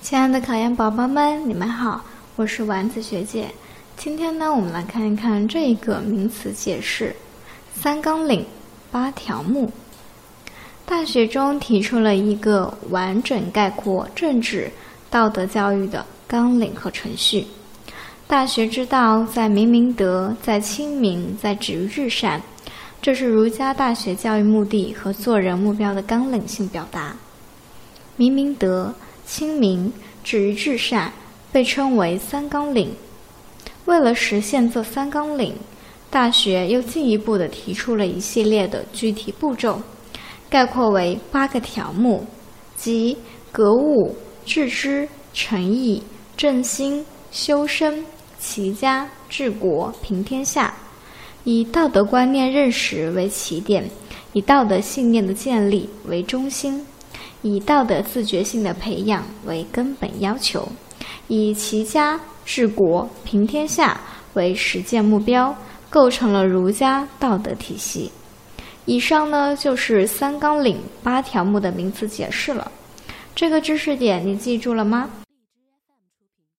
亲爱的考研宝宝们，你们好，我是丸子学姐。今天呢，我们来看一看这个名词解释：三纲领八条目。大学中提出了一个完整概括政治、道德教育的纲领和程序。大学之道，在明明德，在亲民，在止于至善。这是儒家大学教育目的和做人目标的纲领性表达。明明德、亲民、止于至善被称为三纲领。为了实现这三纲领，大学又进一步地提出了一系列的具体步骤，概括为8个条目，即格物、致知、诚意、正心、修身、齐家、治国、平天下，以道德观念认识为起点，以道德信念的建立为中心，以道德自觉性的培养为根本要求，以齐家、治国、平天下为实践目标，构成了儒家道德体系。以上呢，就是三纲领8条目的名词解释了。这个知识点你记住了吗？